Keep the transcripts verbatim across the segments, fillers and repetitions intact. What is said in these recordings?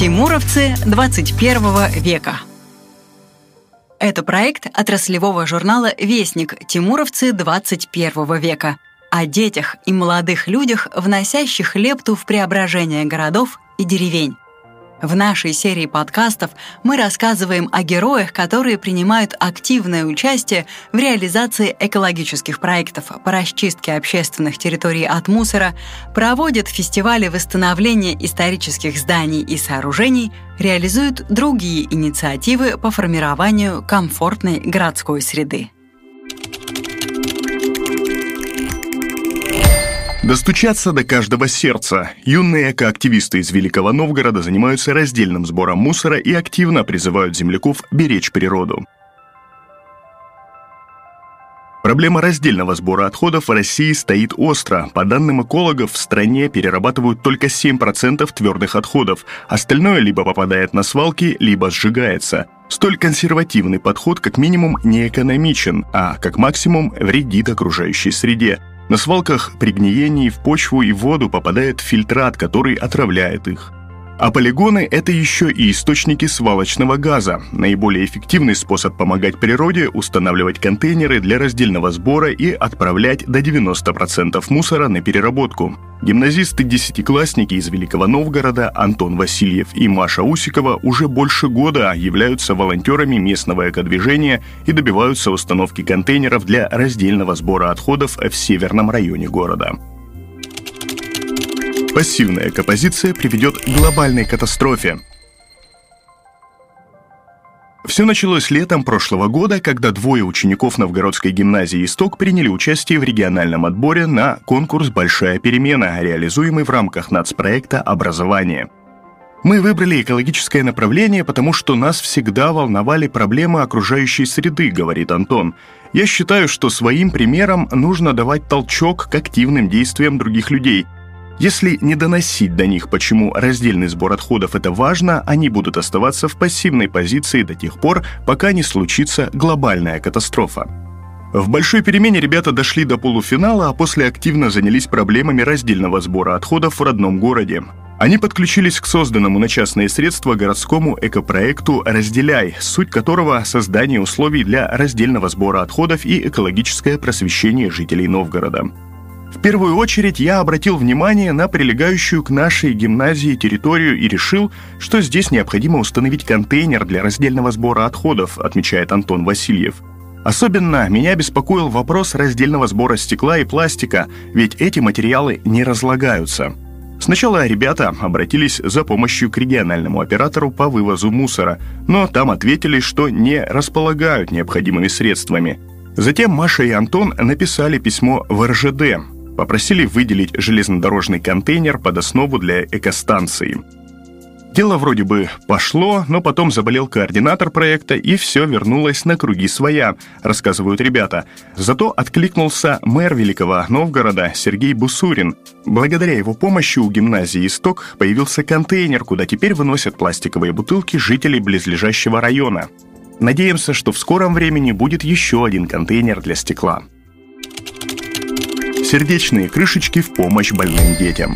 Тимуровцы двадцать первого века. Это проект отраслевого журнала «Вестник. Тимуровцы двадцать первого века» о детях и молодых людях, вносящих лепту в преображение городов и деревень. В нашей серии подкастов мы рассказываем о героях, которые принимают активное участие в реализации экологических проектов по расчистке общественных территорий от мусора, проводят фестивали восстановления исторических зданий и сооружений, реализуют другие инициативы по формированию комфортной городской среды. Достучаться до каждого сердца. Юные экоактивисты из Великого Новгорода занимаются раздельным сбором мусора и активно призывают земляков беречь природу. Проблема раздельного сбора отходов в России стоит остро. По данным экологов, в стране перерабатывают только семь процентов твердых отходов. Остальное либо попадает на свалки, либо сжигается. Столь консервативный подход как минимум не экономичен, а как максимум вредит окружающей среде. На свалках при гниении в почву и воду попадает фильтрат, который отравляет их. А полигоны – это еще и источники свалочного газа. Наиболее эффективный способ помогать природе – устанавливать контейнеры для раздельного сбора и отправлять до девяноста процентов мусора на переработку. Гимназисты-десятиклассники из Великого Новгорода Антон Васильев и Маша Усикова уже больше года являются волонтерами местного экодвижения и добиваются установки контейнеров для раздельного сбора отходов в северном районе города. Пассивная экопозиция приведет к глобальной катастрофе. Все началось летом прошлого года, когда двое учеников Новгородской гимназии «Исток» приняли участие в региональном отборе на конкурс «Большая перемена», реализуемый в рамках нацпроекта «Образование». Мы выбрали экологическое направление, потому что нас всегда волновали проблемы окружающей среды, говорит Антон. Я считаю, что своим примером нужно давать толчок к активным действиям других людей. Если не доносить до них, почему раздельный сбор отходов – это важно, они будут оставаться в пассивной позиции до тех пор, пока не случится глобальная катастрофа. В большой перемене ребята дошли до полуфинала, а после активно занялись проблемами раздельного сбора отходов в родном городе. Они подключились к созданному на частные средства городскому экопроекту «Разделяй», суть которого – создание условий для раздельного сбора отходов и экологическое просвещение жителей Новгорода. В первую очередь я обратил внимание на прилегающую к нашей гимназии территорию и решил, что здесь необходимо установить контейнер для раздельного сбора отходов, отмечает Антон Васильев. Особенно меня беспокоил вопрос раздельного сбора стекла и пластика, ведь эти материалы не разлагаются. Сначала ребята обратились за помощью к региональному оператору по вывозу мусора, но там ответили, что не располагают необходимыми средствами. Затем Маша и Антон написали письмо в эр жэ дэ. Попросили выделить железнодорожный контейнер под основу для экостанции. Дело вроде бы пошло, но потом заболел координатор проекта, и все вернулось на круги своя, рассказывают ребята. Зато откликнулся мэр Великого Новгорода Сергей Бусурин. Благодаря его помощи у гимназии «Исток» появился контейнер, куда теперь выносят пластиковые бутылки жителей близлежащего района. Надеемся, что в скором времени будет еще один контейнер для стекла. Сердечные крышечки в помощь больным детям.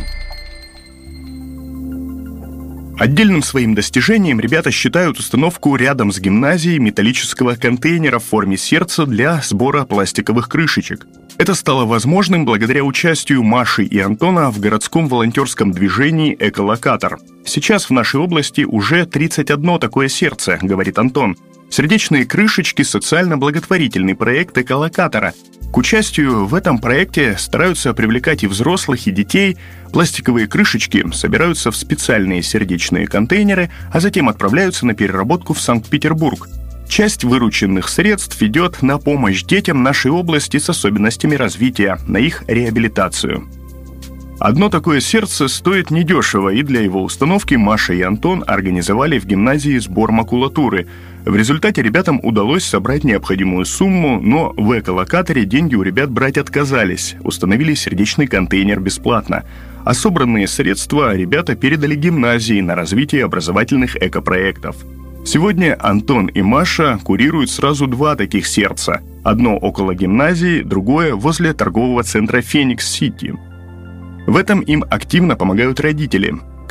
Отдельным своим достижением ребята считают установку рядом с гимназией металлического контейнера в форме сердца для сбора пластиковых крышечек. Это стало возможным благодаря участию Маши и Антона в городском волонтерском движении «Эколокатор». Сейчас в нашей области уже тридцать одно такое сердце, говорит Антон. Сердечные крышечки – социально-благотворительный проект «Эколокатора». К участию в этом проекте стараются привлекать и взрослых, и детей. Пластиковые крышечки собираются в специальные сердечные контейнеры, а затем отправляются на переработку в Санкт-Петербург. Часть вырученных средств идет на помощь детям нашей области с особенностями развития, на их реабилитацию. Одно такое сердце стоит недешево, и для его установки Маша и Антон организовали в гимназии сбор макулатуры. В результате ребятам удалось собрать необходимую сумму, но в эколокаторе деньги у ребят брать отказались, установили сердечный контейнер бесплатно. А собранные средства ребята передали гимназии на развитие образовательных экопроектов. Сегодня Антон и Маша курируют сразу два таких сердца. Одно около гимназии, другое возле торгового центра «Феникс Сити». В этом им активно помогают родители.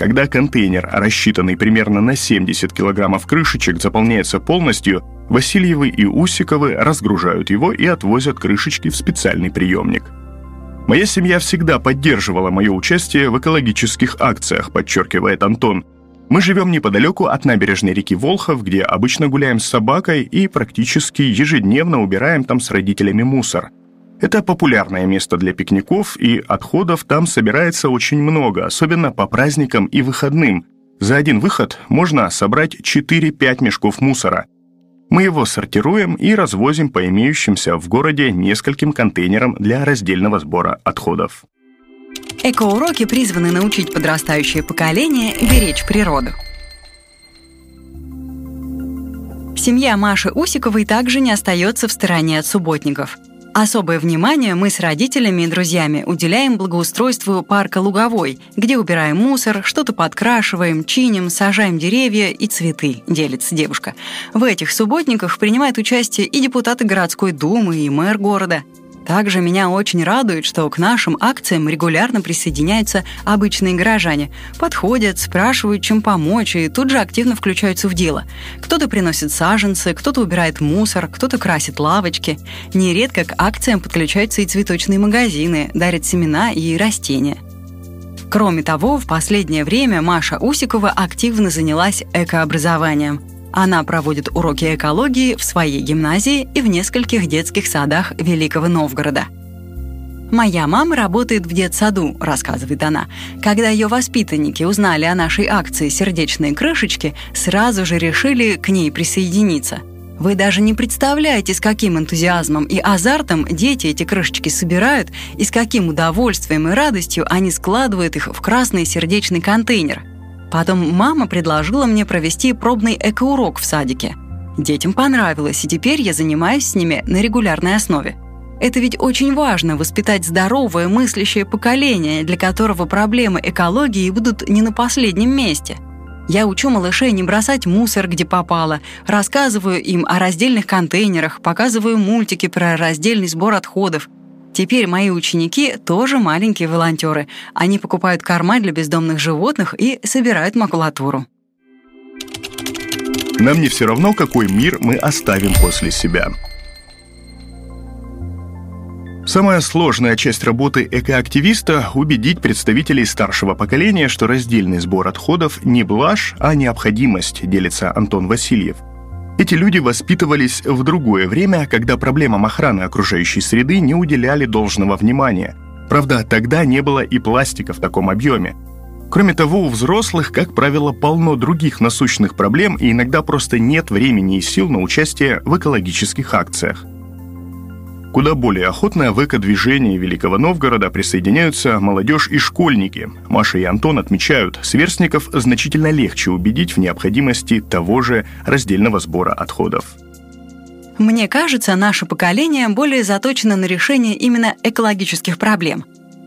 когда контейнер, рассчитанный примерно на семьдесят килограммов крышечек, заполняется полностью, Васильевы и Усиковы разгружают его и отвозят крышечки в специальный приемник. «Моя семья всегда поддерживала мое участие в экологических акциях», подчеркивает Антон. «Мы живем неподалеку от набережной реки Волхов, где обычно гуляем с собакой и практически ежедневно убираем там с родителями мусор. Это популярное место для пикников, и отходов там собирается очень много, особенно по праздникам и выходным. За один выход можно собрать четыре-пять мешков мусора. Мы его сортируем и развозим по имеющимся в городе нескольким контейнерам для раздельного сбора отходов». Экоуроки призваны научить подрастающее поколение беречь природу. Семья Маши Усиковой также не остается в стороне от субботников. Особое внимание мы с родителями и друзьями уделяем благоустройству парка Луговой, где убираем мусор, что-то подкрашиваем, чиним, сажаем деревья и цветы, делится девушка. В этих субботниках принимают участие и депутаты городской думы, и мэр города. Также меня очень радует, что к нашим акциям регулярно присоединяются обычные горожане. Подходят, спрашивают, чем помочь, и тут же активно включаются в дело. Кто-то приносит саженцы, кто-то убирает мусор, кто-то красит лавочки. Нередко к акциям подключаются и цветочные магазины, дарят семена и растения. Кроме того, в последнее время Маша Усикова активно занялась экообразованием. Она проводит уроки экологии в своей гимназии и в нескольких детских садах Великого Новгорода. «Моя мама работает в детсаду», — рассказывает она. «Когда ее воспитанники узнали о нашей акции «Сердечные крышечки», сразу же решили к ней присоединиться. Вы даже не представляете, с каким энтузиазмом и азартом дети эти крышечки собирают и с каким удовольствием и радостью они складывают их в красный сердечный контейнер. Потом мама предложила мне провести пробный экоурок в садике. Детям понравилось, и теперь я занимаюсь с ними на регулярной основе. Это ведь очень важно — воспитать здоровое, мыслящее поколение, для которого проблемы экологии будут не на последнем месте. Я учу малышей не бросать мусор, где попало, рассказываю им о раздельных контейнерах, показываю мультики про раздельный сбор отходов. Теперь мои ученики тоже маленькие волонтеры. Они покупают корма для бездомных животных и собирают макулатуру». Нам не все равно, какой мир мы оставим после себя. Самая сложная часть работы экоактивиста – убедить представителей старшего поколения, что раздельный сбор отходов не блажь, а необходимость, делится Антон Васильев. Эти люди воспитывались в другое время, когда проблемам охраны окружающей среды не уделяли должного внимания. Правда, тогда не было и пластика в таком объеме. Кроме того, у взрослых, как правило, полно других насущных проблем, и иногда просто нет времени и сил на участие в экологических акциях. Куда более охотно в эко-движении Великого Новгорода присоединяются молодежь и школьники. Маша и Антон отмечают, сверстников значительно легче убедить в необходимости того же раздельного сбора отходов. «Мне кажется, наше поколение более заточено на решение именно экологических проблем.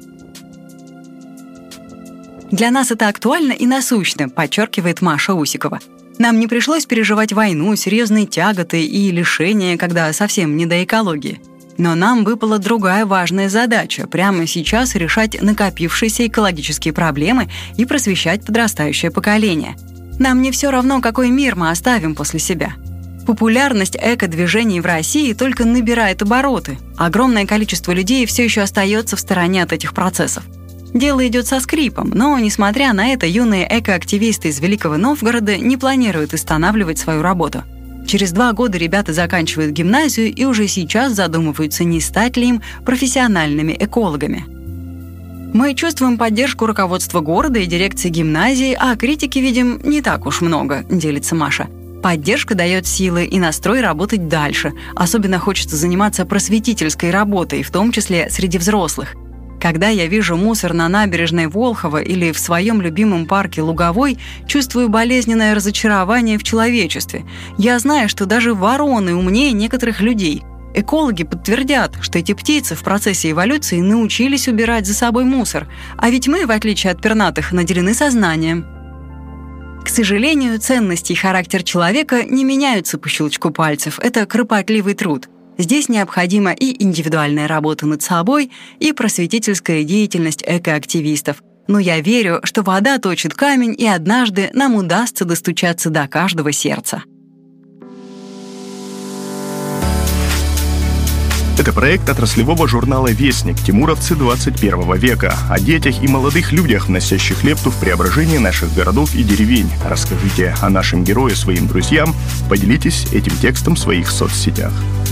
Для нас это актуально и насущно», — подчеркивает Маша Усикова. «Нам не пришлось переживать войну, серьезные тяготы и лишения, когда совсем не до экологии. Но нам выпала другая важная задача – прямо сейчас решать накопившиеся экологические проблемы и просвещать подрастающее поколение. Нам не все равно, какой мир мы оставим после себя. Популярность эко-движений в России только набирает обороты. Огромное количество людей все еще остается в стороне от этих процессов. Дело идет со скрипом, но, несмотря на это, юные экоактивисты из Великого Новгорода не планируют останавливать свою работу. Через два года ребята заканчивают гимназию и уже сейчас задумываются, не стать ли им профессиональными экологами. «Мы чувствуем поддержку руководства города и дирекции гимназии, а критики видим не так уж много», — делится Маша. «Поддержка дает силы и настрой работать дальше. Особенно хочется заниматься просветительской работой, в том числе среди взрослых. Когда я вижу мусор на набережной Волхова или в своем любимом парке Луговой, чувствую болезненное разочарование в человечестве. Я знаю, что даже вороны умнее некоторых людей. Экологи подтвердят, что эти птицы в процессе эволюции научились убирать за собой мусор, а ведь мы, в отличие от пернатых, наделены сознанием». К сожалению, ценности и характер человека не меняются по щелчку пальцев. Это кропотливый труд. Здесь необходима и индивидуальная работа над собой, и просветительская деятельность экоактивистов. Но я верю, что вода точит камень, и однажды нам удастся достучаться до каждого сердца. Это проект отраслевого журнала «Вестник. Тимуровцы двадцать первого века» о детях и молодых людях, вносящих лепту в преображение наших городов и деревень. Расскажите о нашем герое своим друзьям, поделитесь этим текстом в своих соцсетях.